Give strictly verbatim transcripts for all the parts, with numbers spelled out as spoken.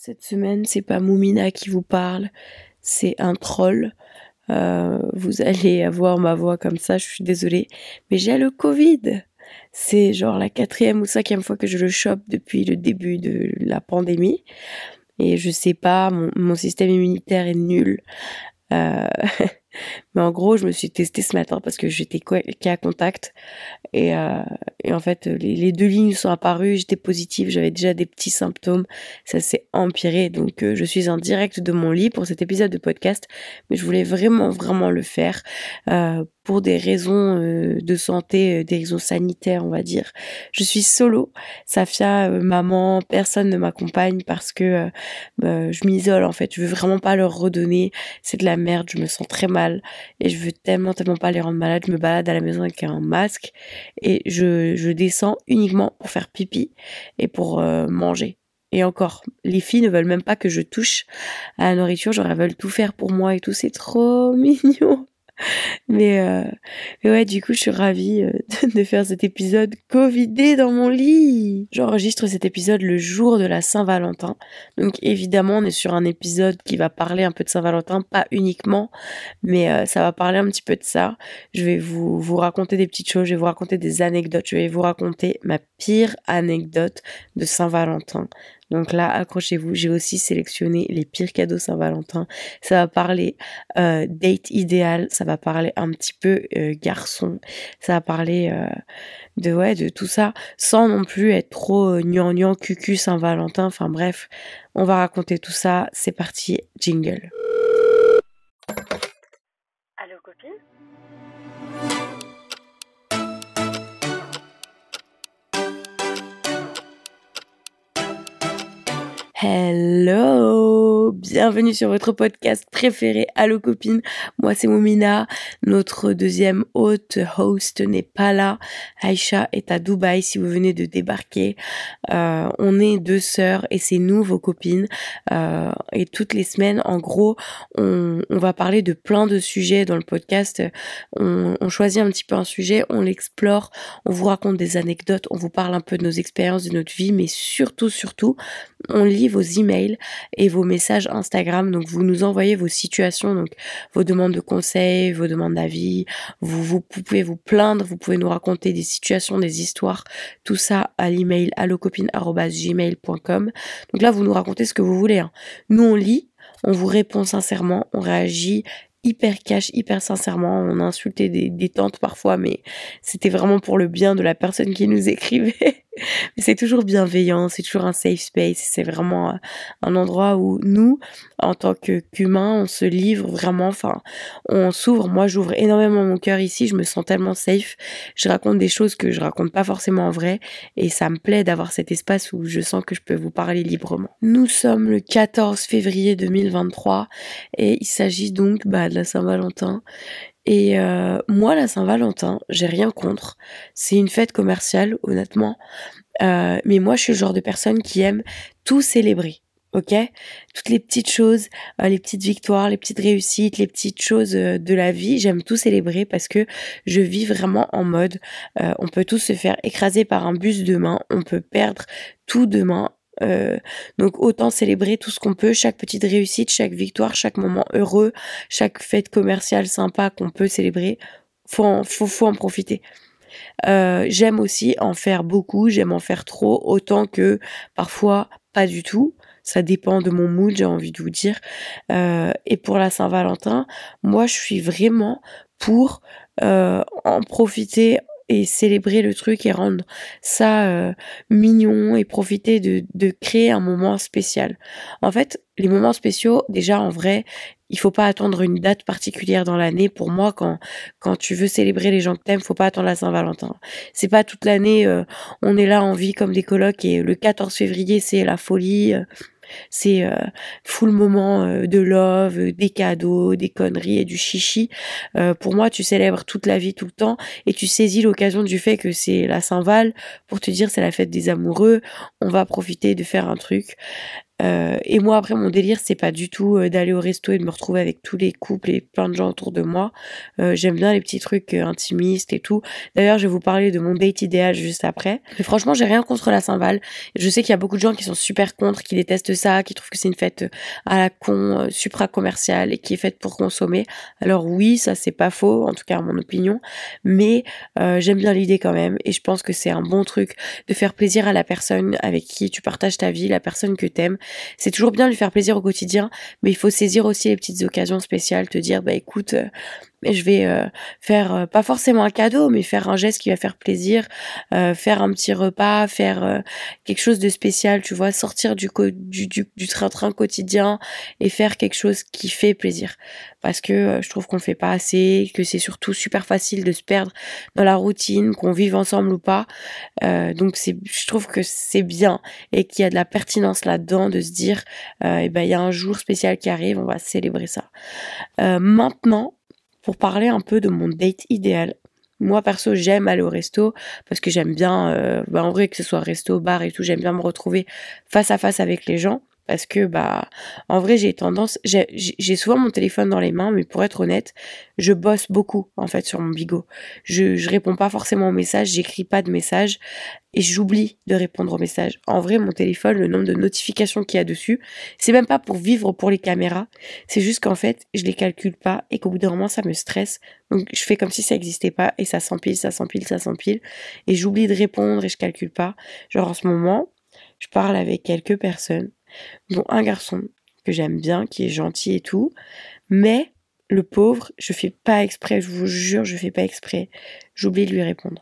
Cette semaine, c'est pas Moumina qui vous parle, c'est un troll. Euh, vous allez avoir ma voix comme ça, je suis désolée, mais j'ai le Covid. C'est genre la quatrième ou cinquième fois que je le chope depuis le début de la pandémie. Et je sais pas, mon, mon système immunitaire est nul. Euh, mais en gros, je me suis testée ce matin parce que j'étais cas contact. Et, euh, et en fait, les, les deux lignes sont apparues, j'étais positive, j'avais déjà des petits symptômes, ça s'est empiré. Donc euh, je suis en direct de mon lit pour cet épisode de podcast, mais je voulais vraiment, vraiment le faire euh, pour des raisons euh, de santé, euh, des raisons sanitaires, on va dire. Je suis solo, Safia, euh, maman, personne ne m'accompagne parce que euh, euh, je m'isole en fait, je veux vraiment pas leur redonner, c'est de la merde, je me sens très mal et je veux tellement, tellement pas les rendre malades, je me balade à la maison avec un masque. Et je, je descends uniquement pour faire pipi et pour euh, manger. Et encore, les filles ne veulent même pas que je touche à la nourriture, genre elles veulent tout faire pour moi et tout, c'est trop mignon. Mais, euh, mais ouais, du coup, je suis ravie euh, de, de faire cet épisode covidé dans mon lit. J'enregistre cet épisode le jour de la Saint-Valentin. Donc évidemment, on est sur un épisode qui va parler un peu de Saint-Valentin, pas uniquement, mais euh, ça va parler un petit peu de ça. Je vais vous, vous raconter des petites choses, je vais vous raconter des anecdotes, je vais vous raconter ma pire anecdote de Saint-Valentin. Donc là, accrochez-vous, j'ai aussi sélectionné les pires cadeaux Saint-Valentin. Ça va parler euh, date idéal, ça va parler un petit peu euh, garçon, ça va parler euh, de ouais de tout ça, sans non plus être trop euh, gnangnan, cucu Saint-Valentin. Enfin bref, on va raconter tout ça. C'est parti, jingle. Allô, copine? Hello, bienvenue sur votre podcast préféré, Allo Copine. Moi c'est Moumina, notre deuxième hôte, host n'est pas là. Aïcha est à Dubaï si vous venez de débarquer. Euh, on est deux sœurs et c'est nous vos copines. Euh, et toutes les semaines, en gros, on, on va parler de plein de sujets dans le podcast. On, on choisit un petit peu un sujet, on l'explore, on vous raconte des anecdotes, on vous parle un peu de nos expériences, de notre vie, mais surtout, surtout, on lit vos emails et vos messages Instagram. Donc, vous nous envoyez vos situations, donc vos demandes de conseils, vos demandes d'avis. Vous, vous pouvez vous plaindre, vous pouvez nous raconter des situations, des histoires, tout ça à l'email allocopine arobase gmail point com. Donc là, vous nous racontez ce que vous voulez. Hein. Nous, on lit, on vous répond sincèrement, on réagit hyper cash, hyper sincèrement. On a insulté des, des tantes parfois, mais c'était vraiment pour le bien de la personne qui nous écrivait. Mais c'est toujours bienveillant, c'est toujours un safe space, c'est vraiment un endroit où nous, en tant que qu'humains, on se livre vraiment, enfin, on s'ouvre. Moi, j'ouvre énormément mon cœur ici, je me sens tellement safe. Je raconte des choses que je raconte pas forcément en vrai, et ça me plaît d'avoir cet espace où je sens que je peux vous parler librement. Nous sommes le quatorze février deux mille vingt-trois, et il s'agit donc bah, de la Saint-Valentin. Et euh, moi, la Saint-Valentin, j'ai rien contre. C'est une fête commerciale, honnêtement. Euh, mais moi, je suis le genre de personne qui aime tout célébrer. Ok, toutes les petites choses, euh, les petites victoires, les petites réussites, les petites choses euh, de la vie, j'aime tout célébrer parce que je vis vraiment en mode, euh, on peut tous se faire écraser par un bus demain, on peut perdre tout demain. Euh, donc autant célébrer tout ce qu'on peut, chaque petite réussite, chaque victoire, chaque moment heureux, chaque fête commerciale sympa qu'on peut célébrer, faut en, faut, faut en profiter. Euh, j'aime aussi en faire beaucoup, j'aime en faire trop, autant que parfois pas du tout. Ça dépend de mon mood, j'ai envie de vous dire. Euh, et pour la Saint-Valentin, moi je suis vraiment pour euh, en profiter et célébrer le truc et rendre ça euh, mignon et profiter de, de créer un moment spécial. En fait, les moments spéciaux, déjà en vrai, il faut pas attendre une date particulière dans l'année. Pour moi, quand quand tu veux célébrer les gens que t'aimes, faut pas attendre la Saint-Valentin. C'est pas toute l'année, euh, on est là, on vit comme des colocs et le quatorze février, c'est la folie. Euh, c'est euh, full moment euh, de love, euh, des cadeaux, des conneries et du chichi. Euh, pour moi, tu célèbres toute la vie, tout le temps, et tu saisis l'occasion du fait que c'est la Saint-Val pour te dire c'est la fête des amoureux, on va profiter de faire un truc. Euh, et moi, après, mon délire, c'est pas du tout euh, d'aller au resto et de me retrouver avec tous les couples et plein de gens autour de moi. Euh, j'aime bien les petits trucs euh, intimistes et tout. D'ailleurs, je vais vous parler de mon date idéal juste après. Mais franchement, j'ai rien contre la Saint-Val. Je sais qu'il y a beaucoup de gens qui sont super contre, qui détestent ça, qui trouvent que c'est une fête euh, à la con, euh, supra-commerciale et qui est faite pour consommer. Alors oui, ça c'est pas faux, en tout cas à mon opinion. Mais euh, j'aime bien l'idée quand même et je pense que c'est un bon truc de faire plaisir à la personne avec qui tu partages ta vie, la personne que t'aimes. C'est toujours bien de lui faire plaisir au quotidien, mais il faut saisir aussi les petites occasions spéciales, te dire bah écoute, euh, mais je vais euh, faire euh, pas forcément un cadeau, mais faire un geste qui va faire plaisir, euh, faire un petit repas, faire euh, quelque chose de spécial, tu vois, sortir du, co- du, du, du train-train quotidien et faire quelque chose qui fait plaisir. Parce que euh, je trouve qu'on le fait pas assez, que c'est surtout super facile de se perdre dans la routine, qu'on vive ensemble ou pas. Euh, donc c'est, je trouve que c'est bien et qu'il y a de la pertinence là-dedans de se dire, euh, et ben il y a un jour spécial qui arrive, on va célébrer ça. Euh, maintenant, pour parler un peu de mon date idéal. Moi, perso, j'aime aller au resto parce que j'aime bien, euh, bah, en vrai, que ce soit resto, bar et tout, j'aime bien me retrouver face à face avec les gens parce que, bah, en vrai, j'ai tendance, j'ai, j'ai souvent mon téléphone dans les mains, mais pour être honnête, je bosse beaucoup, en fait, sur mon bigot. Je, je réponds pas forcément aux messages, j'écris pas de messages et j'oublie de répondre aux messages. En vrai, mon téléphone, le nombre de notifications qu'il y a dessus, c'est même pas pour vivre pour les caméras, c'est juste qu'en fait, je les calcule pas et qu'au bout d'un moment, ça me stresse. Donc, je fais comme si ça existait pas et ça s'empile, ça s'empile, ça s'empile et j'oublie de répondre et je calcule pas. Genre, en ce moment, je parle avec quelques personnes, dont un garçon que j'aime bien, qui est gentil et tout, mais le pauvre, je fais pas exprès, je vous jure, je fais pas exprès. J'oublie de lui répondre.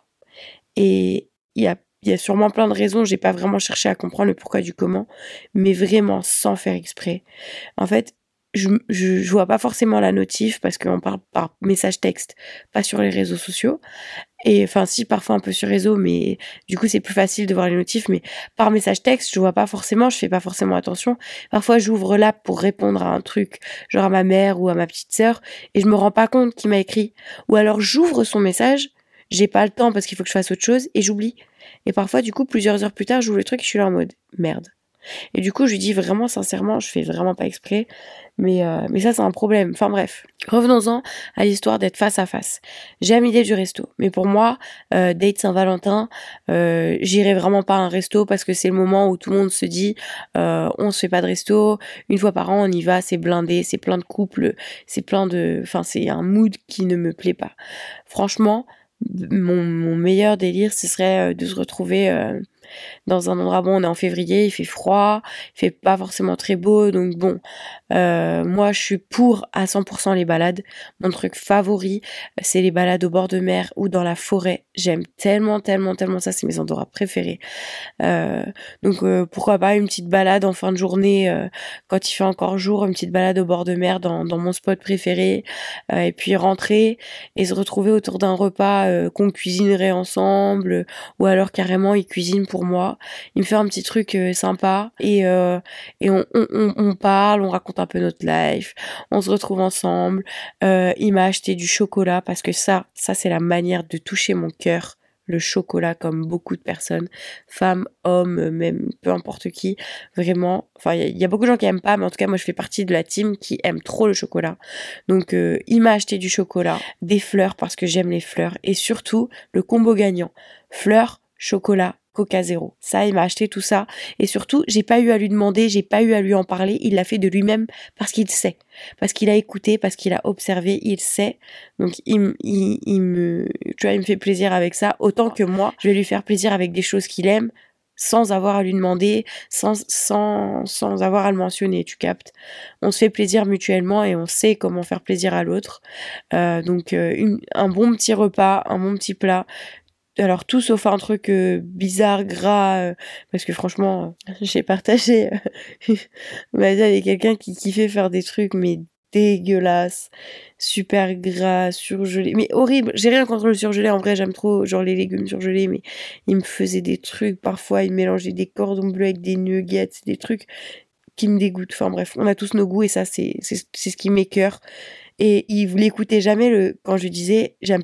Et il y a Il y a sûrement plein de raisons, j'ai pas vraiment cherché à comprendre le pourquoi du comment, mais vraiment sans faire exprès. En fait, je, je, je vois pas forcément la notif parce qu'on parle par message texte, pas sur les réseaux sociaux. Et enfin, si, parfois un peu sur réseau, mais du coup, c'est plus facile de voir les notifs. Mais par message texte, je vois pas forcément, je fais pas forcément attention. Parfois, j'ouvre l'app pour répondre à un truc, genre à ma mère ou à ma petite sœur, et je me rends pas compte qu'il m'a écrit. Ou alors, j'ouvre son message, j'ai pas le temps parce qu'il faut que je fasse autre chose, et j'oublie. Et parfois, du coup, plusieurs heures plus tard, j'ouvre le truc et je suis là en mode merde. Et du coup, je lui dis vraiment sincèrement, je fais vraiment pas exprès, mais euh, mais ça c'est un problème. Enfin bref, revenons-en à l'histoire d'être face à face. J'aime l'idée du resto, mais pour moi, euh, date Saint-Valentin, euh, j'irai vraiment pas à un resto parce que c'est le moment où tout le monde se dit, euh, on se fait pas de resto, une fois par an on y va, c'est blindé, c'est plein de couples, c'est plein de, enfin c'est un mood qui ne me plaît pas. Franchement, mon, mon meilleur délire, ce serait euh, de se retrouver euh, dans un endroit, bon, on est en février, il fait froid, il fait pas forcément très beau, donc bon, euh, moi je suis pour à cent pour cent les balades. Mon truc favori, c'est les balades au bord de mer ou dans la forêt. J'aime tellement, tellement, tellement ça, c'est mes endroits préférés. Euh, donc euh, pourquoi pas une petite balade en fin de journée euh, quand il fait encore jour, une petite balade au bord de mer dans, dans mon spot préféré, euh, et puis rentrer et se retrouver autour d'un repas euh, qu'on cuisinerait ensemble, ou alors carrément il cuisine pour moi, il me fait un petit truc euh, sympa et euh, et on, on, on, on parle, on raconte un peu notre life, on se retrouve ensemble, euh, il m'a acheté du chocolat parce que ça, ça c'est la manière de toucher mon cœur, le chocolat, comme beaucoup de personnes, femmes, hommes, même peu importe qui, vraiment, enfin il y, y a beaucoup de gens qui aiment pas, mais en tout cas moi je fais partie de la team qui aime trop le chocolat. Donc euh, il m'a acheté du chocolat, des fleurs parce que j'aime les fleurs et surtout le combo gagnant, fleurs, chocolat, Coca Zéro. Ça, il m'a acheté tout ça. Et surtout, j'ai pas eu à lui demander, j'ai pas eu à lui en parler. Il l'a fait de lui-même parce qu'il sait. Parce qu'il a écouté, parce qu'il a observé, il sait. Donc, il, il, il me, tu vois, il me fait plaisir avec ça. Autant que moi, je vais lui faire plaisir avec des choses qu'il aime, sans avoir à lui demander, sans, sans, sans avoir à le mentionner, tu captes. On se fait plaisir mutuellement et on sait comment faire plaisir à l'autre. Euh, donc, euh, une, un bon petit repas, un bon petit plat. Alors tout sauf un truc euh, bizarre, gras, euh, parce que franchement, euh, j'ai partagé euh, ma vie avec quelqu'un qui kiffait faire des trucs mais dégueulasses, super gras, surgelés, mais horrible. J'ai rien contre le surgelé, en vrai j'aime trop genre les légumes surgelés, mais il me faisait des trucs, parfois il mélangeait des cordons bleus avec des nuggets, des trucs qui me dégoûtent. Enfin bref, on a tous nos goûts et ça c'est c'est, c'est ce qui m'écœure. Et il l'écoutait jamais le quand je lui disais j'aime pas.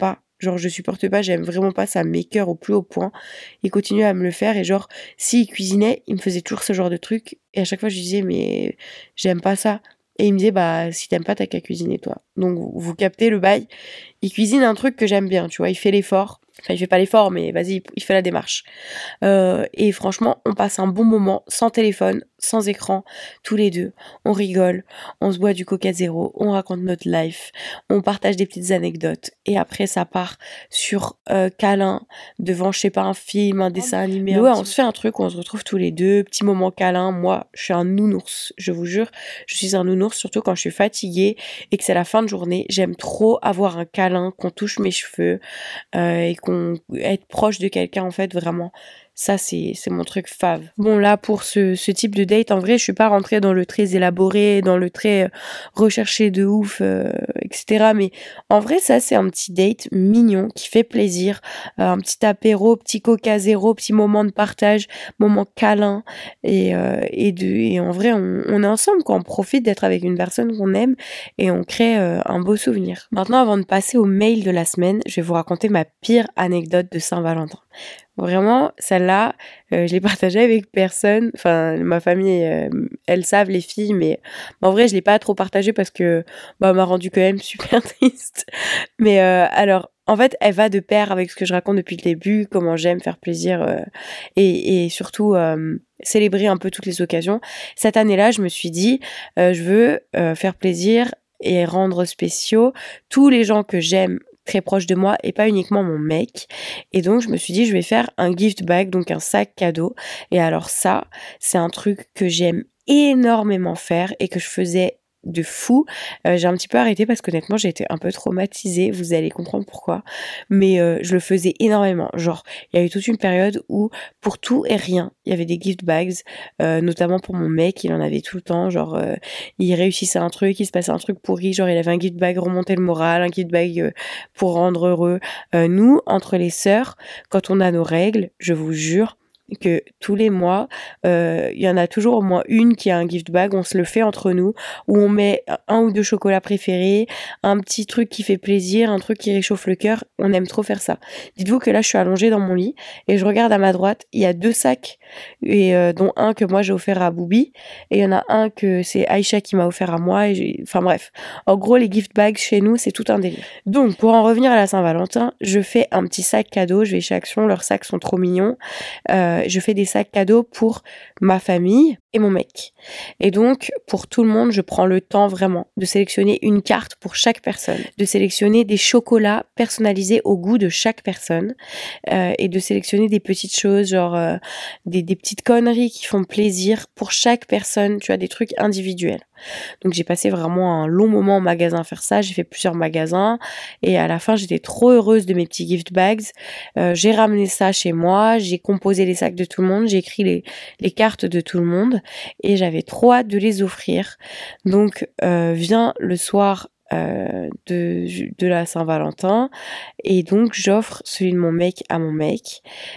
Genre, je supporte pas, j'aime vraiment pas, ça m'écoeure au plus haut point. Il continue à me le faire et genre, s'il cuisinait, il me faisait toujours ce genre de truc. Et à chaque fois, je lui disais, mais j'aime pas ça. Et il me disait, bah, si t'aimes pas, t'as qu'à cuisiner, toi. Donc, vous, vous captez le bail. Il cuisine un truc que j'aime bien, tu vois, il fait l'effort. Enfin, il fait pas l'effort, mais vas-y, il fait la démarche. Euh, et franchement, on passe un bon moment, sans téléphone, sans écran, tous les deux. On rigole, on se boit du Coca Zéro, on raconte notre life, on partage des petites anecdotes. Et après, ça part sur euh, câlin, devant, je sais pas, un film, un dessin animé. Mais ouais, on se fait un truc, on se retrouve tous les deux, petit moment câlin. Moi, je suis un nounours, je vous jure. Je suis un nounours, surtout quand je suis fatiguée et que c'est la fin de journée. J'aime trop avoir un câlin, qu'on touche mes cheveux euh, et qu'on être proche de quelqu'un, en fait, vraiment. Ça, c'est, c'est mon truc fave. Bon, là, pour ce, ce type de date, en vrai, je suis pas rentrée dans le très élaboré, dans le très euh, recherché de ouf, euh, et cetera. Mais en vrai, ça, c'est un petit date mignon qui fait plaisir. Euh, un petit apéro, petit Coca Zéro, petit moment de partage, moment câlin. Et, euh, et, de, et en vrai, on, on est ensemble, quoi. On profite d'être avec une personne qu'on aime et on crée euh, un beau souvenir. Maintenant, avant de passer au mail de la semaine, je vais vous raconter ma pire anecdote de Saint-Valentin. Vraiment, celle-là, euh, je l'ai partagée avec personne. Enfin, ma famille, euh, elles savent, les filles, mais en vrai, je l'ai pas trop partagée parce que bah, elle m'a rendu quand même super triste. Mais euh, alors, en fait, elle va de pair avec ce que je raconte depuis le début, comment j'aime faire plaisir euh, et, et surtout euh, célébrer un peu toutes les occasions. Cette année-là, je me suis dit, euh, je veux euh, faire plaisir et rendre spéciaux tous les gens que j'aime très proche de moi et pas uniquement mon mec. Et donc, je me suis dit, je vais faire un gift bag, donc un sac cadeau. Et alors ça, c'est un truc que j'aime énormément faire et que je faisais de fou. Euh, j'ai un petit peu arrêté parce qu'honnêtement, j'ai été un peu traumatisée. Vous allez comprendre pourquoi. Mais euh, je le faisais énormément. Genre, il y a eu toute une période où, pour tout et rien, il y avait des gift bags, euh, notamment pour mon mec, il en avait tout le temps. Genre, euh, il réussissait un truc, il se passait un truc pourri. Genre, il avait un gift bag remonter le moral, un gift bag euh, pour rendre heureux. Euh, nous, entre les sœurs, quand on a nos règles, je vous jure, que tous les mois, il euh, y en a toujours au moins une qui a un gift bag, on se le fait entre nous, où on met un ou deux chocolats préférés, un petit truc qui fait plaisir, un truc qui réchauffe le cœur, on aime trop faire ça. Dites-vous que là, je suis allongée dans mon lit, et je regarde à ma droite, il y a deux sacs, et euh, dont un que moi j'ai offert à Boubi, et il y en a un que c'est Aïcha qui m'a offert à moi, et j'ai... enfin bref. En gros, les gift bags chez nous, c'est tout un délire. Donc, pour en revenir à la Saint-Valentin, je fais un petit sac cadeau, je vais chez Action, leurs sacs sont trop mignons, euh, je fais des sacs cadeaux pour ma famille et mon mec. Et donc, pour tout le monde, je prends le temps vraiment de sélectionner une carte pour chaque personne, de sélectionner des chocolats personnalisés au goût de chaque personne euh, et de sélectionner des petites choses, genre euh, des, des petites conneries qui font plaisir pour chaque personne, tu vois, des trucs individuels. Donc j'ai passé vraiment un long moment au magasin à faire ça, j'ai fait plusieurs magasins et à la fin j'étais trop heureuse de mes petits gift bags. Euh, j'ai ramené ça chez moi, j'ai composé les sacs de tout le monde, j'ai écrit les, les cartes de tout le monde et j'avais trop hâte de les offrir. Donc euh, vient le soir euh, de, de la Saint-Valentin et donc j'offre celui de mon mec à mon mec.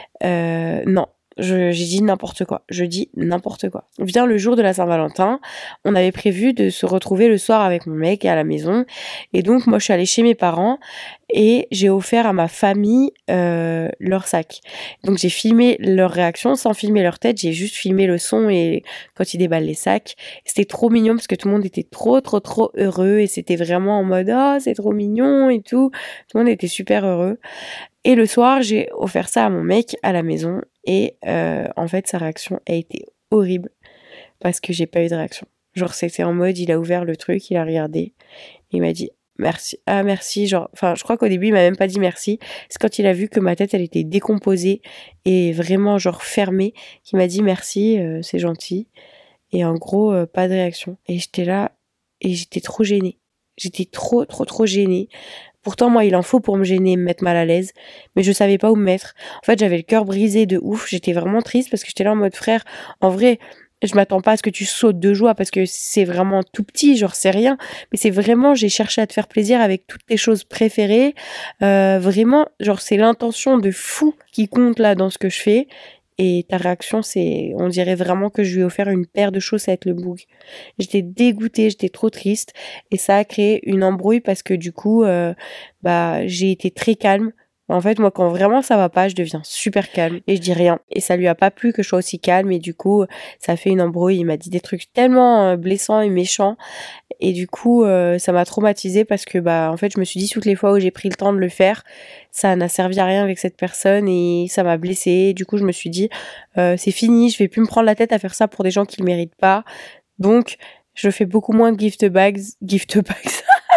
Euh, non. Je, j'ai dit n'importe quoi. Je dis n'importe quoi. Vient le jour de la Saint-Valentin. On avait prévu de se retrouver le soir avec mon mec à la maison. Et donc, moi, je suis allée chez mes parents et j'ai offert à ma famille euh, leur sac. Donc, j'ai filmé leur réaction sans filmer leur tête. J'ai juste filmé le son et quand ils déballent les sacs. C'était trop mignon parce que tout le monde était trop, trop, trop heureux. Et c'était vraiment en mode « Oh, c'est trop mignon » et tout. Tout le monde était super heureux. Et le soir, j'ai offert ça à mon mec à la maison. Et euh, en fait, sa réaction a été horrible parce que j'ai pas eu de réaction. Genre, c'était en mode, il a ouvert le truc, il a regardé, il m'a dit merci, ah merci. Genre, enfin, je crois qu'au début, il m'a même pas dit merci. C'est quand il a vu que ma tête, elle était décomposée et vraiment genre fermée, qu'il m'a dit merci, euh, c'est gentil. Et en gros, euh, pas de réaction. Et j'étais là et j'étais trop gênée. J'étais trop, trop, trop gênée. Pourtant, moi, il en faut pour me gêner et me mettre mal à l'aise. Mais je savais pas où me mettre. En fait, j'avais le cœur brisé de ouf. J'étais vraiment triste parce que j'étais là en mode frère. En vrai, je m'attends pas à ce que tu sautes de joie parce que c'est vraiment tout petit. Genre, c'est rien. Mais c'est vraiment, j'ai cherché à te faire plaisir avec toutes tes choses préférées. Euh, vraiment, genre, c'est l'intention de fou qui compte là dans ce que je fais. et ta réaction, c'est, on dirait vraiment que je lui ai offert une paire de chaussettes, le boug. J'étais dégoûtée, j'étais trop triste et ça a créé une embrouille parce que du coup, euh, bah, j'ai été très calme. En fait, moi, quand vraiment ça va pas, je deviens super calme et je dis rien. Et ça lui a pas plu que je sois aussi calme et du coup, ça a fait une embrouille. Il m'a dit des trucs tellement euh, blessants et méchants et du coup, euh, ça m'a traumatisée parce que bah, en fait, je me suis dit toutes les fois où j'ai pris le temps de le faire, ça n'a servi à rien avec cette personne et ça m'a blessée. Du coup, je me suis dit, euh, c'est fini, je vais plus me prendre la tête à faire ça pour des gens qui le méritent pas. Donc, je fais beaucoup moins de gift bags, gift bags.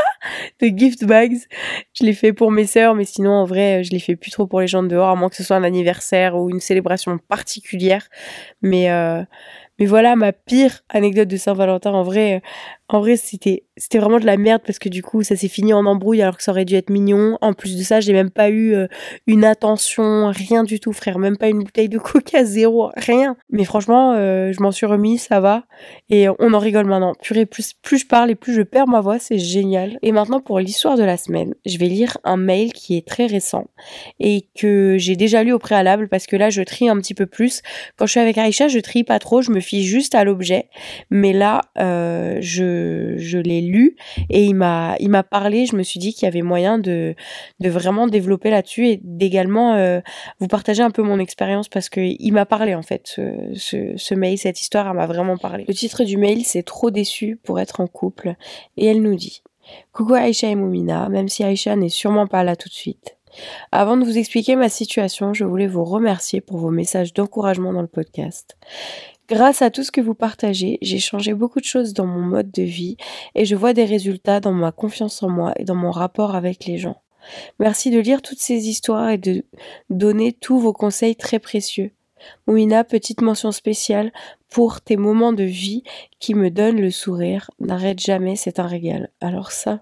de gift bags. Je l'ai fait pour mes sœurs, mais sinon, en vrai, je les fais plus trop pour les gens de dehors, à moins que ce soit un anniversaire ou une célébration particulière. Mais, euh, mais voilà, ma pire anecdote de Saint-Valentin, en vrai, euh, en vrai, c'était, c'était vraiment de la merde parce que du coup, ça s'est fini en embrouille alors que ça aurait dû être mignon. En plus de ça, j'ai même pas eu euh, une attention, rien du tout, frère. Même pas une bouteille de coca, zéro, rien. Mais franchement, euh, je m'en suis remis, ça va. Et on en rigole maintenant. Purée, plus, plus je parle et plus je perds ma voix, c'est génial. Et maintenant, pour l'histoire de la semaine, je vais lire un mail qui est très récent et que j'ai déjà lu au préalable parce que là, je trie un petit peu plus. Quand je suis avec Aïcha, je trie pas trop, je me fie juste à l'objet. Mais là, euh, je je l'ai lu et il m'a il m'a parlé, je me suis dit qu'il y avait moyen de de vraiment développer là-dessus et d'également euh, vous partager un peu mon expérience parce que il m'a parlé en fait ce, ce ce mail, cette histoire elle m'a vraiment parlé. Le titre du mail c'est Trop déçu pour être en couple et elle nous dit: Coucou Aïcha et Moumina, même si Aïcha n'est sûrement pas là tout de suite. Avant de vous expliquer ma situation, je voulais vous remercier pour vos messages d'encouragement dans le podcast. Grâce à tout ce que vous partagez, j'ai changé beaucoup de choses dans mon mode de vie et je vois des résultats dans ma confiance en moi et dans mon rapport avec les gens. Merci de lire toutes ces histoires et de donner tous vos conseils très précieux. Moumina, petite mention spéciale pour tes moments de vie qui me donnent le sourire. N'arrête jamais, c'est un régal. Alors ça...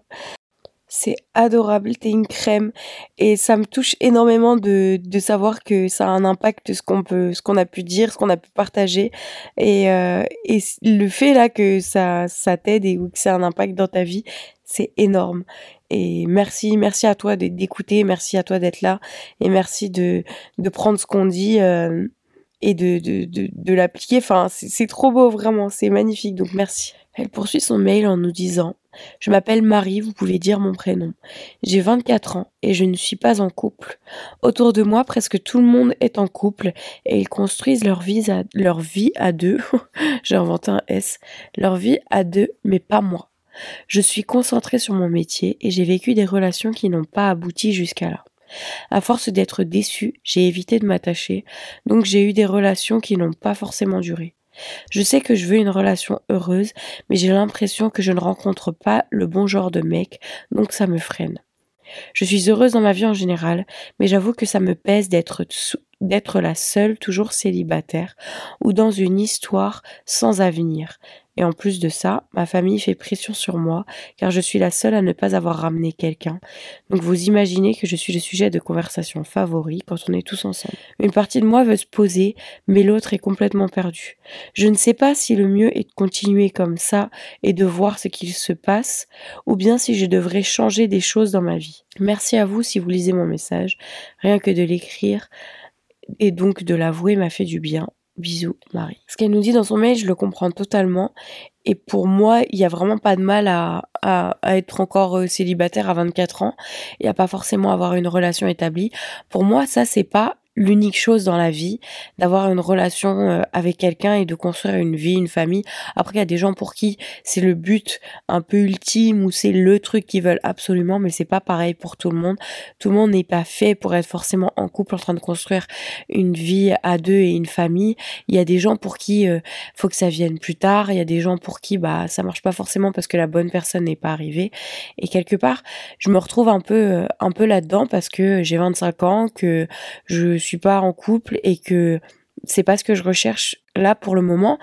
C'est adorable, t'es une crème et ça me touche énormément de, de savoir que ça a un impact ce qu'on peut, ce qu'on a pu dire, ce qu'on a pu partager et, euh, et le fait là que ça, ça t'aide et ou que ça a un impact dans ta vie, c'est énorme. Et merci, merci à toi d'écouter, merci à toi d'être là et merci de, de prendre ce qu'on dit euh, et de, de, de, de l'appliquer. Enfin, c'est, c'est trop beau vraiment, c'est magnifique. Donc merci. Elle poursuit son mail en nous disant: je m'appelle Marie, vous pouvez dire mon prénom. J'ai vingt-quatre ans et je ne suis pas en couple. Autour de moi, presque tout le monde est en couple et ils construisent leur vie à, leur vie à deux. J'ai inventé un S. Leur vie à deux, mais pas moi. Je suis concentrée sur mon métier et j'ai vécu des relations qui n'ont pas abouti jusqu'à là. À force d'être déçue, j'ai évité de m'attacher, donc j'ai eu des relations qui n'ont pas forcément duré. Je sais que je veux une relation heureuse, mais j'ai l'impression que je ne rencontre pas le bon genre de mec, donc ça me freine. Je suis heureuse dans ma vie en général, mais j'avoue que ça me pèse d'être, d'être la seule toujours célibataire ou dans une histoire sans avenir. Et en plus de ça, ma famille fait pression sur moi, car je suis la seule à ne pas avoir ramené quelqu'un. Donc vous imaginez que je suis le sujet de conversation favori quand on est tous ensemble. Une partie de moi veut se poser, mais l'autre est complètement perdue. Je ne sais pas si le mieux est de continuer comme ça et de voir ce qu'il se passe, ou bien si je devrais changer des choses dans ma vie. Merci à vous si vous lisez mon message. Rien que de l'écrire et donc de l'avouer m'a fait du bien. Bisous, Marie. Ce qu'elle nous dit dans son mail, je le comprends totalement. Et pour moi, il n'y a vraiment pas de mal à, à, à être encore célibataire à vingt-quatre ans et à pas forcément avoir une relation établie. Pour moi, ça, c'est pas l'unique chose dans la vie, d'avoir une relation avec quelqu'un et de construire une vie, une famille. Après, il y a des gens pour qui c'est le but un peu ultime ou c'est le truc qu'ils veulent absolument, mais c'est pas pareil pour tout le monde. Tout le monde n'est pas fait pour être forcément en couple en train de construire une vie à deux et une famille. Il y a des gens pour qui euh, faut que ça vienne plus tard. Il y a des gens pour qui bah ça marche pas forcément parce que la bonne personne n'est pas arrivée. Et quelque part, je me retrouve un peu euh, un peu là-dedans parce que j'ai vingt-cinq ans, que je suis pas en couple et que c'est pas ce que je recherche là pour le moment.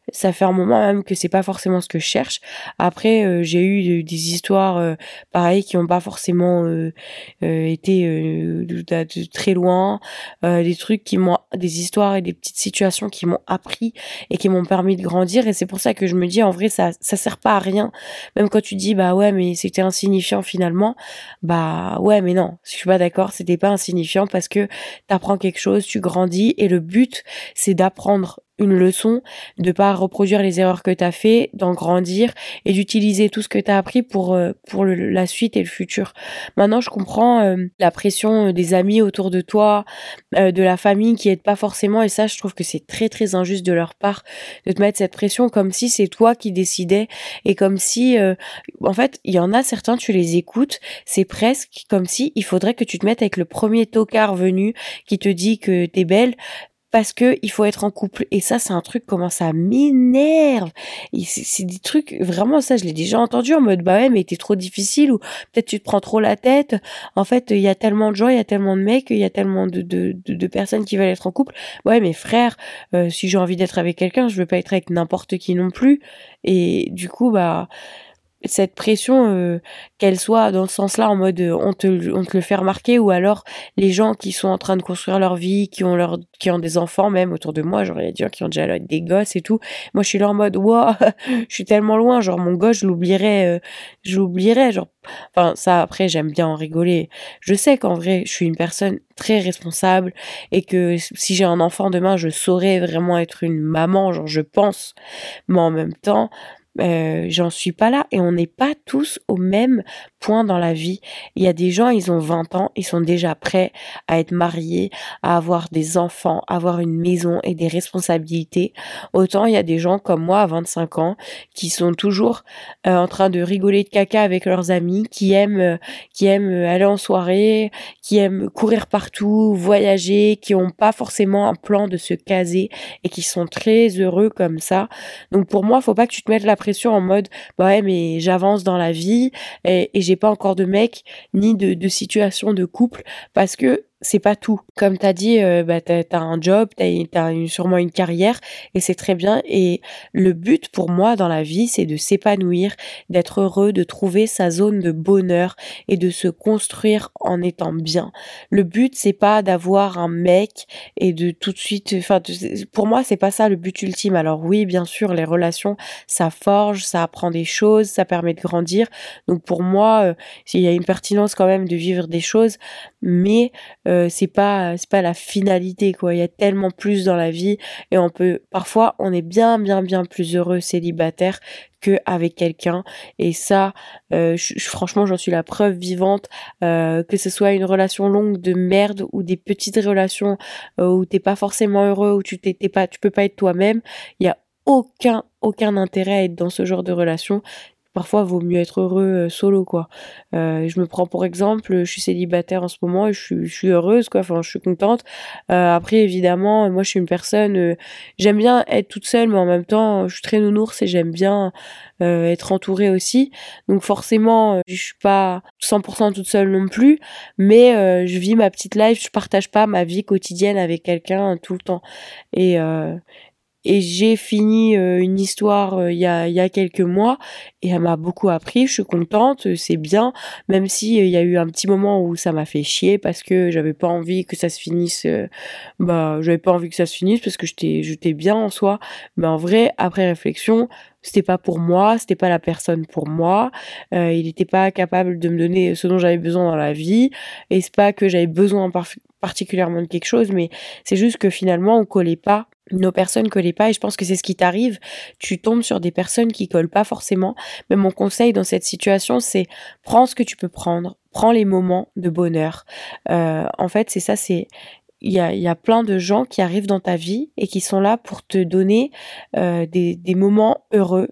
Ça fait un moment même que c'est pas forcément ce que je cherche. Après, heu, j'ai eu des histoires, heu, pareil qui ont pas forcément, heu heu, été, heu, de da de très loin, heu, des trucs qui m'ont des histoires et des petites situations qui m'ont appris et qui m'ont permis de grandir et c'est pour ça que je me dis en vrai ça ça sert pas à rien. Même quand tu dis: «Bah ouais, mais c'était insignifiant finalement», bah ouais, mais non, je suis pas d'accord, c'était pas insignifiant parce que tu apprends quelque chose, tu grandis et le but, c'est d'apprendre une leçon, de pas reproduire les erreurs que tu as fait, d'en grandir et d'utiliser tout ce que tu as appris pour, heu, pour le la suite et le futur. Maintenant, je comprends, hem, la pression, heu, des amis autour de toi, heu, de la famille qui aide pas forcément et ça, je trouve que c'est très, très injuste de leur part de te mettre cette pression comme si c'est toi qui décidais et comme si, heu, en fait, il y en a certains, tu les écoutes, c'est presque comme si il faudrait que tu te mettes avec le premier tocard venu qui te dit que tu es belle parce que il faut être en couple et ça, c'est un truc, comment ça m'énerve et c'est c'est des trucs vraiment ça, je l'ai déjà entendu en mode: «Bah ouais, mais tu trop difficile» ou «Peut-être tu te prends trop la tête. En fait, il y a tellement de gens, il y a tellement de mecs, il y a tellement de de de de personnes qui veulent être en couple». Ouais, mais frère, heu, si j'ai envie d'être avec quelqu'un, je veux pas être avec n'importe qui non plus et du coup, bah cette pression, heu, qu'elle soit dans ce sens-là, en mode, heu, on te l on te le fait remarquer ou alors les gens qui sont en train de construire leur vie, qui ont leur qui ont des enfants même autour de moi, genre il y a des gens qui ont déjà là des gosses et tout. Moi, je suis là en mode: «Waouh, je suis tellement loin», genre mon gosse, je l'oublierais, heu, je l'oublierais, genre enfin ça après j'aime bien en rigoler. Je sais qu'en vrai, je suis une personne très responsable et que s si j'ai un enfant demain, je saurais vraiment être une maman, genre je pense. Mais en même temps, heu, j'en suis pas là et on n'est pas tous au même point dans la vie. Il y a des gens, ils ont vingt ans, ils sont déjà prêts à être mariés, à avoir des enfants, avoir une maison et des responsabilités. Autant il y a des gens comme moi à vingt-cinq ans qui sont toujours, heu, en train de rigoler de caca avec leurs amis, qui aiment, heu, qui aiment, heu, aller en soirée, qui aiment courir partout, voyager, qui ont pas forcément un plan de se caser et qui sont très heureux comme ça. Donc pour moi, faut pas que tu te mettes la pression en mode: «Bah ouais, mais j'avance dans la vie et et j'ai pas encore de mec ni de de situation de couple» parce que c'est pas tout. Comme tu as dit, heu, bah, tu as un job, tu as tu as une sûrement une carrière et c'est très bien et le but pour moi dans la vie, c'est de s'épanouir, d'être heureux, de trouver sa zone de bonheur et de se construire en étant bien. Le but, c'est pas d'avoir un mec et de tout de suite enfin, de c'est pour moi, c'est pas ça le but ultime. Alors oui, bien sûr, les relations, ça forge, ça apprend des choses, ça permet de grandir. Donc pour moi, heu, s'il y a une pertinence quand même de vivre des choses, mais heu, c'est pas c'est pas la finalité, quoi. Il y a tellement plus dans la vie et on peut parfois, on est bien, bien, bien plus heureux célibataire qu'avec quelqu'un et ça, heu, je je franchement, j'en suis la preuve vivante, heu, que ce soit une relation longue de merde ou des petites relations, heu, où tu es pas forcément heureux, où tu tu es pas tu peux pas être toi-même, il y a aucun, aucun intérêt à être dans ce genre de relation. Parfois, vaut mieux être heureux, heu, solo, quoi. Heu, je me prends pour exemple, je suis célibataire en ce moment et je suis je suis heureuse, quoi, enfin, je suis contente. Heu, après évidemment, moi, je suis une personne, heu, j'aime bien être toute seule, mais en même temps, je suis très nounours et j'aime bien, heu, être entourée aussi. Donc forcément, heu, je suis pas cent pour cent toute seule non plus, mais heu, je vis ma petite life, je partage pas ma vie quotidienne avec quelqu'un tout le temps et heu et j'ai fini, heu, une histoire, heu, il y a il y a quelques mois et elle m'a beaucoup appris. Je suis contente, heu, c'est bien, même si, heu, il y a eu un petit moment où ça m'a fait chier parce que j'avais pas envie que ça se finisse, heu, bah, j'avais pas envie que ça se finisse parce que j'étais j'étais bien en soi. Mais en vrai, après réflexion, c'était pas pour moi, c'était pas la personne pour moi. Heu, il était pas capable de me donner ce dont j'avais besoin dans la vie et c'est pas que j'avais besoin parf particulièrement de quelque chose, mais c'est juste que finalement on collait pas. Nos personnes collaient pas et je pense que c'est ce qui t'arrive. Tu tombes sur des personnes qui collent pas forcément. Mais mon conseil dans cette situation, c'est prends ce que tu peux prendre, prends les moments de bonheur. Heu, en fait, c'est ça, c'est il y a il y a plein de gens qui arrivent dans ta vie et qui sont là pour te donner, heu, des des moments heureux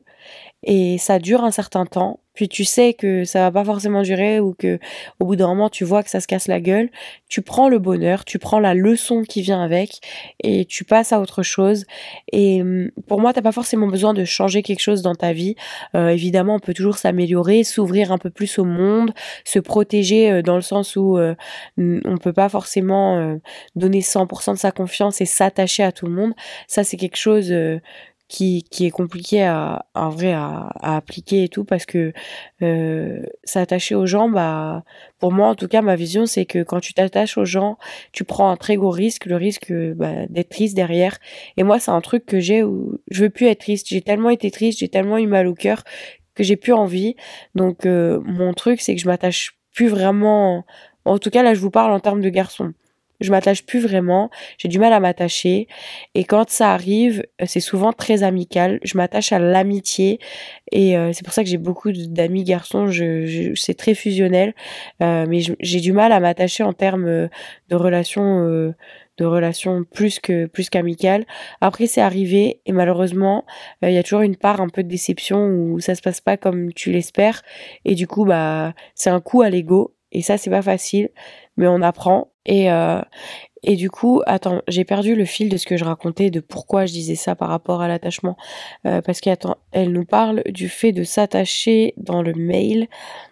et ça dure un certain temps. Puis tu sais que ça va pas forcément durer ou que au bout d'un moment, tu vois que ça se casse la gueule. Tu prends le bonheur, tu prends la leçon qui vient avec et tu passes à autre chose et mmh, pour moi, tu as pas forcément besoin de changer quelque chose dans ta vie. Heu, évidemment, on peut toujours s'améliorer, s'ouvrir un peu plus au monde, se protéger, heu, dans le sens où, heu, mmh, on peut pas forcément, heu, donner cent pour cent de sa confiance et s'attacher à tout le monde. Ça, c'est quelque chose, heu qui qui est compliqué à en vrai à, à appliquer et tout parce que euh, s'attacher aux gens, bah pour moi en tout cas ma vision c'est que quand tu t'attaches aux gens, tu prends un très gros risque, le risque bah, d'être triste derrière. Et moi c'est un truc que j'ai où je veux plus être triste. J'ai tellement été triste, j'ai tellement eu mal au cœur que j'ai plus envie. Donc euh, mon truc c'est que je m'attache plus vraiment. En tout cas là je vous parle en termes de garçon. Je m'attache plus vraiment, j'ai du mal à m'attacher et quand ça arrive, c'est souvent très amical. Je m'attache à l'amitié et euh, c'est pour ça que j'ai beaucoup d'amis garçons. Je, je, c'est très fusionnel, euh, mais je, j'ai du mal à m'attacher en termes euh, de relations, euh, de relations plus que plus qu'amicales. Après c'est arrivé et malheureusement il euh, y a toujours une part un peu de déception où ça se passe pas comme tu l'espères et du coup bah c'est un coup à l'ego et ça c'est pas facile, mais on apprend. Et, euh, et du coup, attends, j'ai perdu le fil de ce que je racontais, de pourquoi je disais ça par rapport à l'attachement. Euh, parce qu'attends, elle nous parle du fait de s'attacher dans le mail.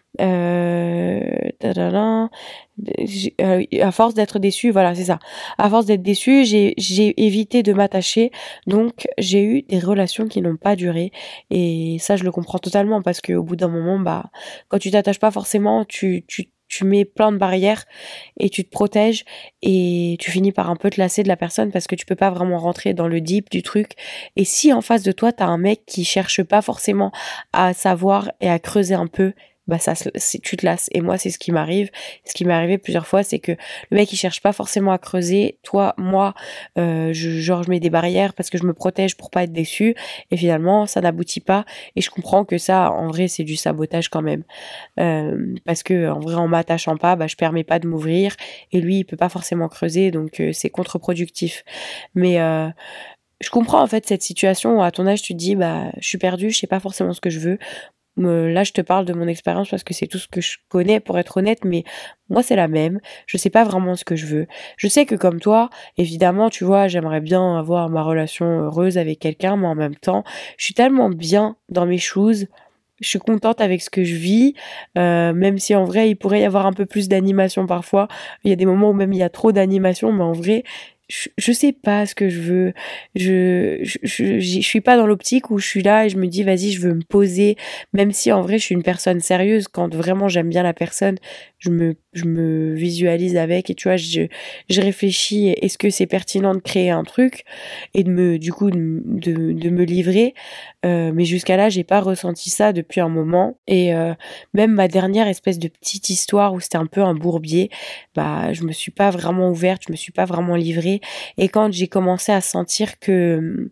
Euh, tadadam, j'ai- euh, à force d'être déçue, voilà, c'est ça. À force d'être déçue, j'ai, j'ai évité de m'attacher. Donc, j'ai eu des relations qui n'ont pas duré. Et ça, je le comprends totalement parce qu'au bout d'un moment, bah, quand tu t'attaches pas forcément, tu, tu, tu mets plein de barrières et tu te protèges et tu finis par un peu te lasser de la personne parce que tu peux pas vraiment rentrer dans le deep du truc. Et si en face de toi, t'as un mec qui cherche pas forcément à savoir et à creuser un peu, bah ça tu te lasses. Et moi c'est ce qui m'arrive, ce qui m'est arrivé plusieurs fois, c'est que le mec il cherche pas forcément à creuser, toi moi euh, je, genre je mets des barrières parce que je me protège pour pas être déçue et finalement ça n'aboutit pas et je comprends que ça en vrai c'est du sabotage quand même. Euh, parce que en vrai en m'attachant pas, bah je permets pas de m'ouvrir et lui il peut pas forcément creuser donc euh, c'est contre-productif. Mais euh, je comprends en fait cette situation où à ton âge tu te dis bah je suis perdue, je sais pas forcément ce que je veux. Euh, là, je te parle de mon expérience parce que c'est tout ce que je connais, pour être honnête, mais moi, c'est la même. Je sais pas vraiment ce que je veux. Je sais que comme toi, évidemment, tu vois, j'aimerais bien avoir ma relation heureuse avec quelqu'un, mais en même temps, je suis tellement bien dans mes choses. Je suis contente avec ce que je vis, euh, même si en vrai, il pourrait y avoir un peu plus d'animation parfois. Il y a des moments où même il y a trop d'animation, mais en vrai, je, je sais pas ce que je veux. Je, je, je, je suis pas dans l'optique où je suis là et je me dis, vas-y, je veux me poser. Même si en vrai, je suis une personne sérieuse, quand vraiment j'aime bien la personne, je me, je me visualise avec et tu vois, je, je réfléchis, est-ce que c'est pertinent de créer un truc et de me, du coup, de, de, de me livrer. Euh, mais jusqu'à là, j'ai pas ressenti ça depuis un moment. Et euh, même ma dernière espèce de petite histoire où c'était un peu un bourbier, bah, je me suis pas vraiment ouverte, je me suis pas vraiment livrée. Et quand j'ai commencé à sentir que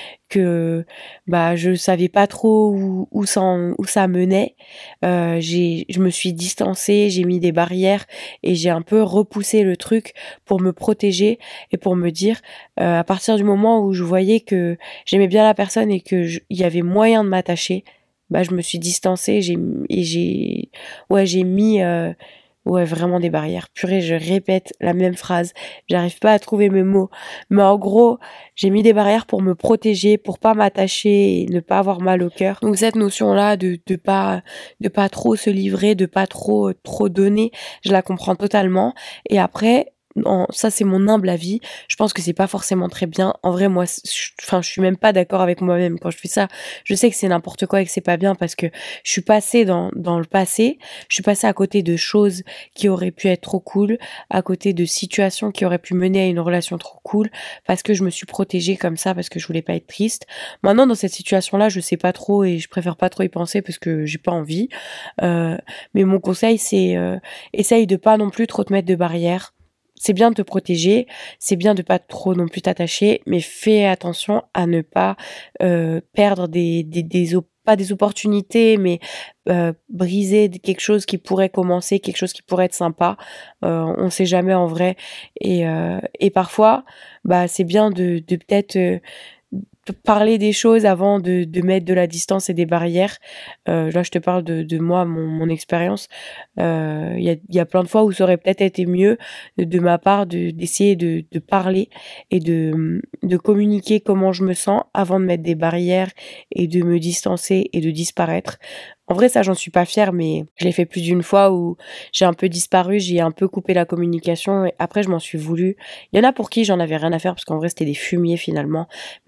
que bah je savais pas trop où où ça en- où ça menait, euh, j'ai je me suis distancée, j'ai mis des barrières et j'ai un peu repoussé le truc pour me protéger et pour me dire euh, à partir du moment où je voyais que j'aimais bien la personne et que je- il y avait moyen de m'attacher, bah je me suis distancée, j'ai et j'ai ouais, j'ai mis euh, ouais, vraiment des barrières. Purée, je répète la même phrase. J'arrive pas à trouver mes mots. Mais en gros, j'ai mis des barrières pour me protéger, pour pas m'attacher et ne pas avoir mal au cœur. Donc cette notion-là de, de pas, de pas trop se livrer, de pas trop, trop donner, je la comprends totalement. Et après, non, ça c'est mon humble avis. Je pense que c'est pas forcément très bien. En vrai, moi, je, enfin, je suis même pas d'accord avec moi-même quand je fais ça. Je sais que c'est n'importe quoi et que c'est pas bien parce que je suis passée dans, dans le passé. Je suis passée à côté de choses qui auraient pu être trop cool, à côté de situations qui auraient pu mener à une relation trop cool, parce que je me suis protégée comme ça, parce que je voulais pas être triste. Maintenant, dans cette situation-là, je sais pas trop et je préfère pas trop y penser parce que j'ai pas envie. Euh, mais mon conseil, c'est euh, essaye de pas non plus trop te mettre de barrières. C'est bien de te protéger, c'est bien de pas trop non plus t'attacher, mais fais attention à ne pas euh, perdre des, des, des op- pas des opportunités, mais euh, briser quelque chose qui pourrait commencer, quelque chose qui pourrait être sympa. Euh, on sait jamais en vrai. Et, euh, et parfois, bah c'est bien de, de peut-être euh, parler des choses avant de, de mettre de la distance et des barrières. Euh, là, je te parle de, de moi, mon, mon expérience. Euh, Il y, a, y a plein de fois où ça aurait peut-être été mieux de, de ma part de, d'essayer de, de parler et de, de communiquer comment je me sens avant de mettre des barrières et de me distancer et de disparaître. En vrai, ça, j'en suis pas fière, mais je l'ai fait plus d'une fois où j'ai un peu disparu, j'ai un peu coupé la communication et après, je m'en suis voulu. Il y en a pour qui j'en avais rien à faire parce qu'en vrai, c'était des fumiers finalement. Mais il y en a pour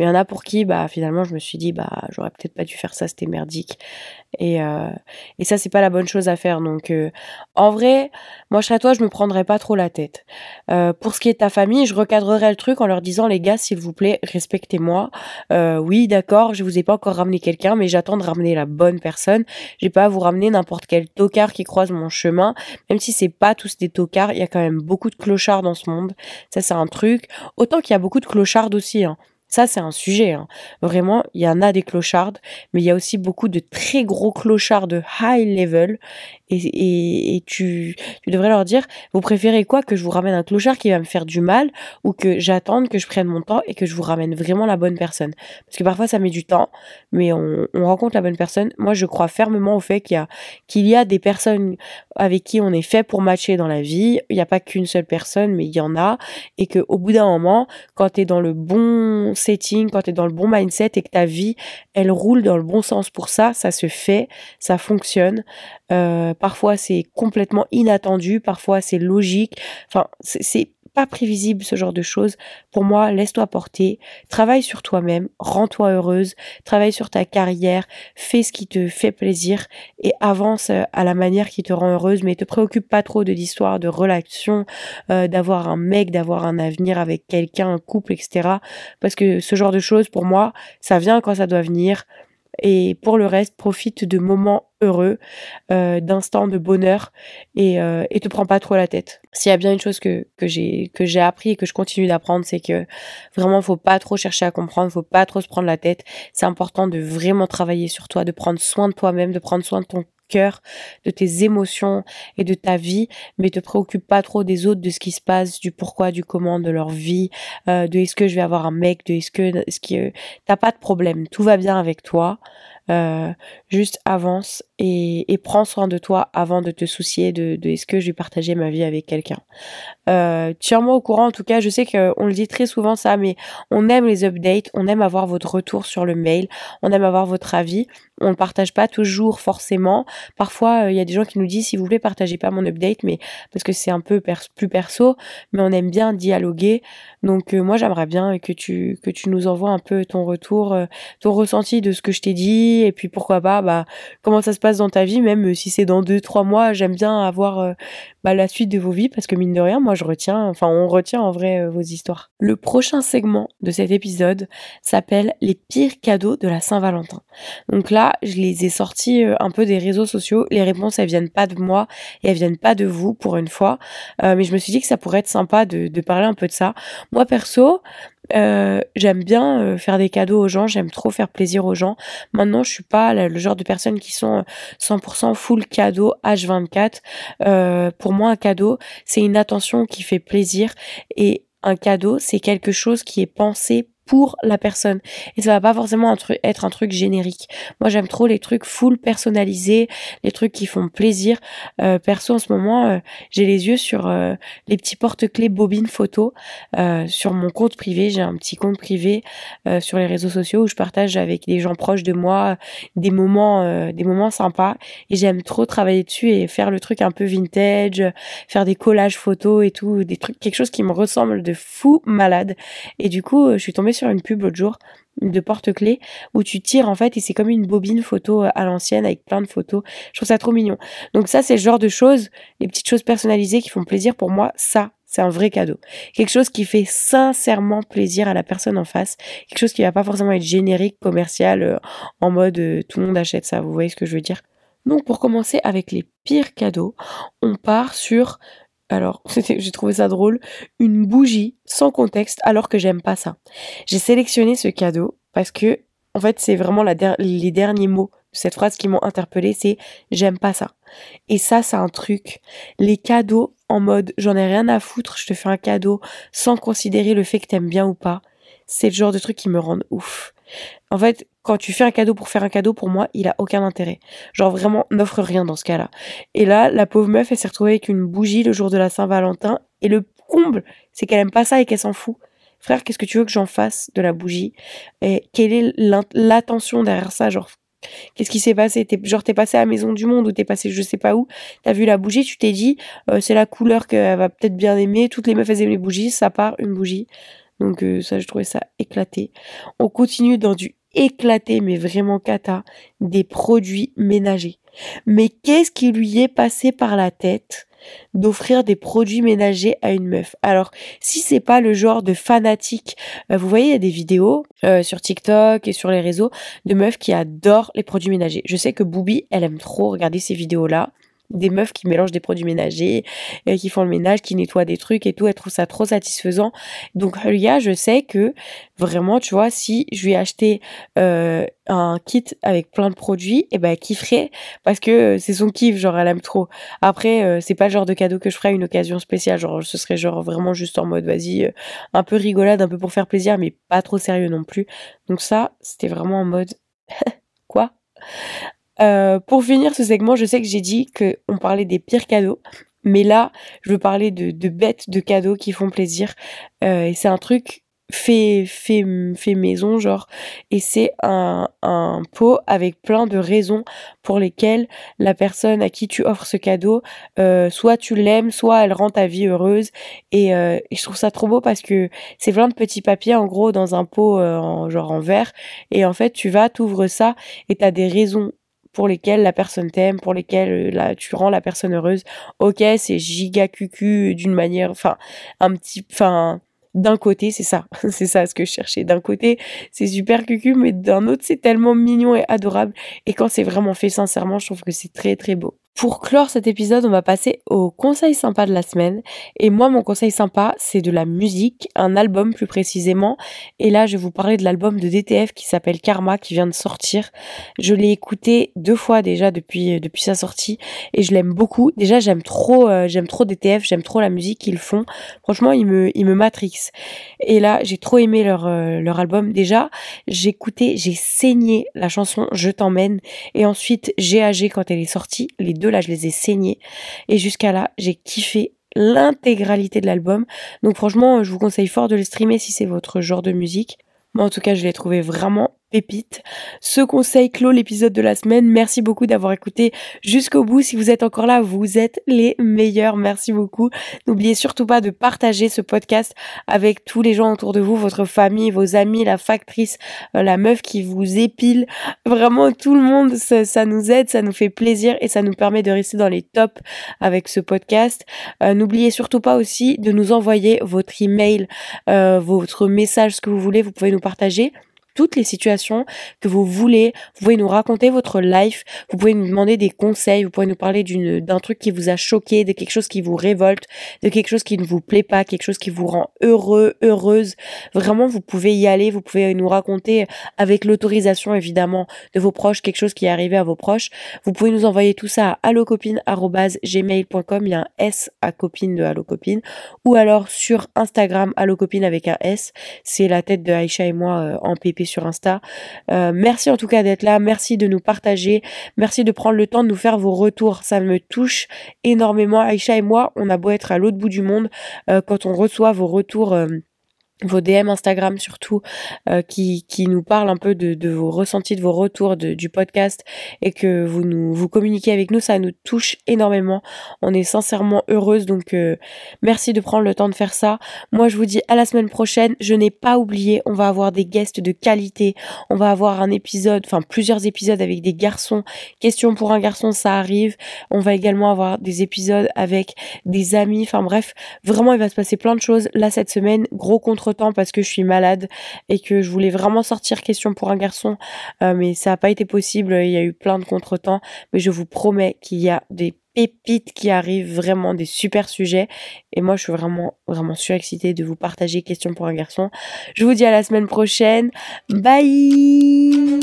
qui, bah finalement, je me suis dit, bah j'aurais peut-être pas dû faire ça, c'était merdique. Et, euh, et ça, c'est pas la bonne chose à faire. Donc, euh, en vrai, moi, je serais toi, je me prendrais pas trop la tête. Euh, pour ce qui est de ta famille, je recadrerais le truc en leur disant, les gars, s'il vous plaît, respectez-moi. Euh, oui, d'accord, je vous ai pas encore ramené quelqu'un, mais j'attends de ramener la bonne personne. J'ai pas à vous ramener n'importe quel tocard qui croise mon chemin. Même si c'est pas tous des tocards, il y a quand même beaucoup de clochards dans ce monde. Ça, c'est un truc. Autant qu'il y a beaucoup de clochards aussi, hein. Ça, c'est un sujet, hein. Vraiment, il y en a des clochards, mais il y a aussi beaucoup de très gros clochards de high level. Et, et, et tu, tu devrais leur dire, vous préférez quoi, que je vous ramène un clochard qui va me faire du mal, ou que j'attende, que je prenne mon temps et que je vous ramène vraiment la bonne personne. Parce que parfois, ça met du temps, mais on, on rencontre la bonne personne. Moi, je crois fermement au fait qu'il y a, qu'il y a des personnes avec qui on est fait pour matcher dans la vie. Il n'y a pas qu'une seule personne, mais il y en a. Et qu'au bout d'un moment, quand tu es dans le bon setting, quand tu es dans le bon mindset et que ta vie, elle roule dans le bon sens pour ça, ça se fait, ça fonctionne. Euh, parfois c'est complètement inattendu, parfois c'est logique. Enfin, c'est, c'est pas prévisible ce genre de choses. Pour moi, laisse-toi porter, travaille sur toi-même, rends-toi heureuse, travaille sur ta carrière, fais ce qui te fait plaisir et avance à la manière qui te rend heureuse, mais te préoccupe pas trop de l'histoire de relation, euh, d'avoir un mec, d'avoir un avenir avec quelqu'un, un couple, et cetera. Parce que ce genre de choses, pour moi, ça vient quand ça doit venir. Et pour le reste, profite de moments heureux, euh, d'instants de bonheur et, euh, et te prends pas trop la tête. S'il y a bien une chose que, que j'ai, que j'ai appris et que je continue d'apprendre, c'est que vraiment, faut pas trop chercher à comprendre, faut pas trop se prendre la tête. C'est important de vraiment travailler sur toi, de prendre soin de toi-même, de prendre soin de ton cœur, de tes émotions et de ta vie, mais te préoccupe pas trop des autres, de ce qui se passe, du pourquoi, du comment, de leur vie, euh, de est-ce que je vais avoir un mec, de est-ce que, est-ce que t'as pas de problème, tout va bien avec toi. Euh, juste avance et, et prends soin de toi avant de te soucier de, de est-ce que je vais partager ma vie avec quelqu'un. Euh, tiens-moi au courant, en tout cas, je sais qu'on le dit très souvent ça, mais on aime les updates, on aime avoir votre retour sur le mail, on aime avoir votre avis, on le partage pas toujours forcément. Parfois, il euh, y a des gens qui nous disent, s'il vous plaît, partagez pas mon update, mais parce que c'est un peu pers- plus perso, mais on aime bien dialoguer. Donc euh, moi, j'aimerais bien que tu que tu nous envoies un peu ton retour, euh, ton ressenti de ce que je t'ai dit, et puis pourquoi pas, bah comment ça se passe dans ta vie, même si c'est dans deux trois mois, j'aime bien avoir euh, bah, la suite de vos vies, parce que mine de rien, moi je retiens, enfin on retient en vrai euh, vos histoires. Le prochain segment de cet épisode s'appelle les pires cadeaux de la Saint-Valentin. Donc là, je les ai sortis euh, un peu des réseaux sociaux. Les réponses, elles viennent pas de moi et elles viennent pas de vous pour une fois, euh, mais je me suis dit que ça pourrait être sympa de, de parler un peu de ça. Moi perso, Euh, j'aime bien euh, faire des cadeaux aux gens, j'aime trop faire plaisir aux gens. Maintenant, je suis pas la- le genre de personnes qui sont euh, cent pour cent full cadeau H vingt-quatre. Euh, pour moi, un cadeau, c'est une attention qui fait plaisir et un cadeau, c'est quelque chose qui est pensé pour la personne. Et ça va pas forcément un tru- être un truc générique. Moi, j'aime trop les trucs full personnalisés, les trucs qui font plaisir. Euh, perso, en ce moment, euh, j'ai les yeux sur euh, les petits porte-clés bobines photo. Euh, sur mon compte privé, j'ai un petit compte privé euh, sur les réseaux sociaux où je partage avec des gens proches de moi des moments, euh, des moments sympas. Et j'aime trop travailler dessus et faire le truc un peu vintage, faire des collages photos et tout, des trucs, quelque chose qui me ressemble de fou malade. Et du coup, je suis tombée sur une pub l'autre jour de porte-clés où tu tires en fait et c'est comme une bobine photo à l'ancienne avec plein de photos. Je trouve ça trop mignon. Donc ça, c'est le genre de choses, les petites choses personnalisées qui font plaisir pour moi. Ça, c'est un vrai cadeau. Quelque chose qui fait sincèrement plaisir à la personne en face. Quelque chose qui va pas forcément être générique, commercial, euh, en mode euh, tout le monde achète ça. Vous voyez ce que je veux dire? Donc pour commencer avec les pires cadeaux, on part sur, alors c'était, j'ai trouvé ça drôle, une bougie sans contexte alors que j'aime pas ça. J'ai sélectionné ce cadeau parce que en fait c'est vraiment la der- les derniers mots de cette phrase qui m'ont interpellée, c'est j'aime pas ça. Et ça c'est un truc. Les cadeaux en mode j'en ai rien à foutre, je te fais un cadeau sans considérer le fait que t'aimes bien ou pas. C'est le genre de truc qui me rend ouf. En fait, quand tu fais un cadeau pour faire un cadeau, pour moi, il a aucun intérêt. Genre vraiment, n'offre rien dans ce cas-là. Et là, la pauvre meuf, elle s'est retrouvée avec une bougie le jour de la Saint-Valentin. Et le comble, c'est qu'elle aime pas ça et qu'elle s'en fout. Frère, qu'est-ce que tu veux que j'en fasse de la bougie? Et quelle est l'in- l'attention derrière ça? Genre, qu'est-ce qui s'est passé? T'es, genre, t'es passé à la Maison du Monde ou t'es passé je sais pas où. T'as vu la bougie, tu t'es dit, euh, c'est la couleur qu'elle va peut-être bien aimer. Toutes les meufs, elles aiment les bougies. Ça part, une bougie. Donc euh, ça, je trouvais ça éclaté. On continue dans du éclaté, mais vraiment cata, des produits ménagers. Mais qu'est-ce qui lui est passé par la tête d'offrir des produits ménagers à une meuf? Alors, si c'est pas le genre de fanatique, euh, vous voyez, il y a des vidéos euh, sur TikTok et sur les réseaux de meufs qui adorent les produits ménagers. Je sais que Booby, elle aime trop regarder ces vidéos-là. Des meufs qui mélangent des produits ménagers, euh, qui font le ménage, qui nettoient des trucs et tout, elle trouve ça trop satisfaisant. Donc Hulia, je sais que vraiment, tu vois, si je lui ai acheté euh, un kit avec plein de produits, et ben elle kifferait parce que euh, c'est son kiff, genre elle aime trop. Après, euh, c'est pas le genre de cadeau que je ferais à une occasion spéciale, genre ce serait genre vraiment juste en mode vas-y, euh, un peu rigolade, un peu pour faire plaisir, mais pas trop sérieux non plus. Donc ça, c'était vraiment en mode quoi? Euh, pour finir ce segment, je sais que j'ai dit qu'on parlait des pires cadeaux, mais là, je veux parler de, de bêtes de cadeaux qui font plaisir. Euh, et c'est un truc fait, fait, fait maison, genre. Et c'est un, un pot avec plein de raisons pour lesquelles la personne à qui tu offres ce cadeau, euh, soit tu l'aimes, soit elle rend ta vie heureuse. Et, euh, et je trouve ça trop beau parce que c'est plein de petits papiers, en gros, dans un pot, euh, en, genre en verre. Et en fait, tu vas, t'ouvres ça et t'as des raisons pour lesquelles la personne t'aime, pour lesquelles euh, là, tu rends la personne heureuse. Ok, c'est giga cucu d'une manière, enfin, un petit, enfin, d'un côté, c'est ça, c'est ça ce que je cherchais. D'un côté, c'est super cucu, mais d'un autre, c'est tellement mignon et adorable. Et quand c'est vraiment fait sincèrement, je trouve que c'est très très beau. Pour clore cet épisode, on va passer au conseil sympa de la semaine. Et moi, mon conseil sympa, c'est de la musique, un album plus précisément. Et là, je vais vous parler de l'album de D T F qui s'appelle Karma, qui vient de sortir. Je l'ai écouté deux fois déjà depuis depuis sa sortie et je l'aime beaucoup. Déjà, j'aime trop euh, j'aime trop D T F, j'aime trop la musique qu'ils font. Franchement, ils me ils me matrixent. Et là, j'ai trop aimé leur euh, leur album. Déjà, j'ai écouté, j'ai saigné la chanson Je t'emmène et ensuite G A G quand elle est sortie. Les deux là, je les ai saignés et jusqu'à là, j'ai kiffé l'intégralité de l'album. Donc franchement, je vous conseille fort de le streamer si c'est votre genre de musique. Moi, en tout cas, je l'ai trouvé vraiment pépite. Ce conseil clôt l'épisode de la semaine. Merci beaucoup d'avoir écouté jusqu'au bout. Si vous êtes encore là, vous êtes les meilleurs. Merci beaucoup. N'oubliez surtout pas de partager ce podcast avec tous les gens autour de vous, votre famille, vos amis, la factrice, euh, la meuf qui vous épile. Vraiment, tout le monde, ça, ça nous aide, ça nous fait plaisir et ça nous permet de rester dans les tops avec ce podcast. Euh, n'oubliez surtout pas aussi de nous envoyer votre email, euh, votre message, ce que vous voulez. Vous pouvez nous partager toutes les situations que vous voulez. Vous pouvez nous raconter votre life, vous pouvez nous demander des conseils, vous pouvez nous parler d'une, d'un truc qui vous a choqué, de quelque chose qui vous révolte, de quelque chose qui ne vous plaît pas, quelque chose qui vous rend heureux, heureuse. Vraiment, vous pouvez y aller, vous pouvez nous raconter avec l'autorisation évidemment de vos proches, quelque chose qui est arrivé à vos proches. Vous pouvez nous envoyer tout ça à allocopine arobase gmail point com, il y a un S à copine de allocopine, ou alors sur Instagram allocopine avec un S, c'est la tête de Aïcha et moi euh, en pépé sur Insta. Euh, merci en tout cas d'être là, merci de nous partager, merci de prendre le temps de nous faire vos retours, ça me touche énormément. Aïcha et moi, on a beau être à l'autre bout du monde, euh, quand on reçoit vos retours, euh, vos D M Instagram surtout, euh, qui qui nous parlent un peu de, de vos ressentis, de vos retours de, du podcast et que vous nous vous communiquez avec nous, ça nous touche énormément. On est sincèrement heureuse, donc euh, merci de prendre le temps de faire ça. Moi, je vous dis à la semaine prochaine. Je n'ai pas oublié, on va avoir des guests de qualité. On va avoir un épisode, enfin plusieurs épisodes avec des garçons. Question pour un garçon, ça arrive. On va également avoir des épisodes avec des amis. Enfin bref, vraiment, il va se passer plein de choses là cette semaine. Gros contre temps parce que je suis malade et que je voulais vraiment sortir question pour un garçon, euh, mais ça n'a pas été possible, il y a eu plein de contretemps, mais je vous promets qu'il y a des pépites qui arrivent, vraiment des super sujets, et moi je suis vraiment vraiment surexcitée de vous partager question pour un garçon. Je vous dis à la semaine prochaine, bye.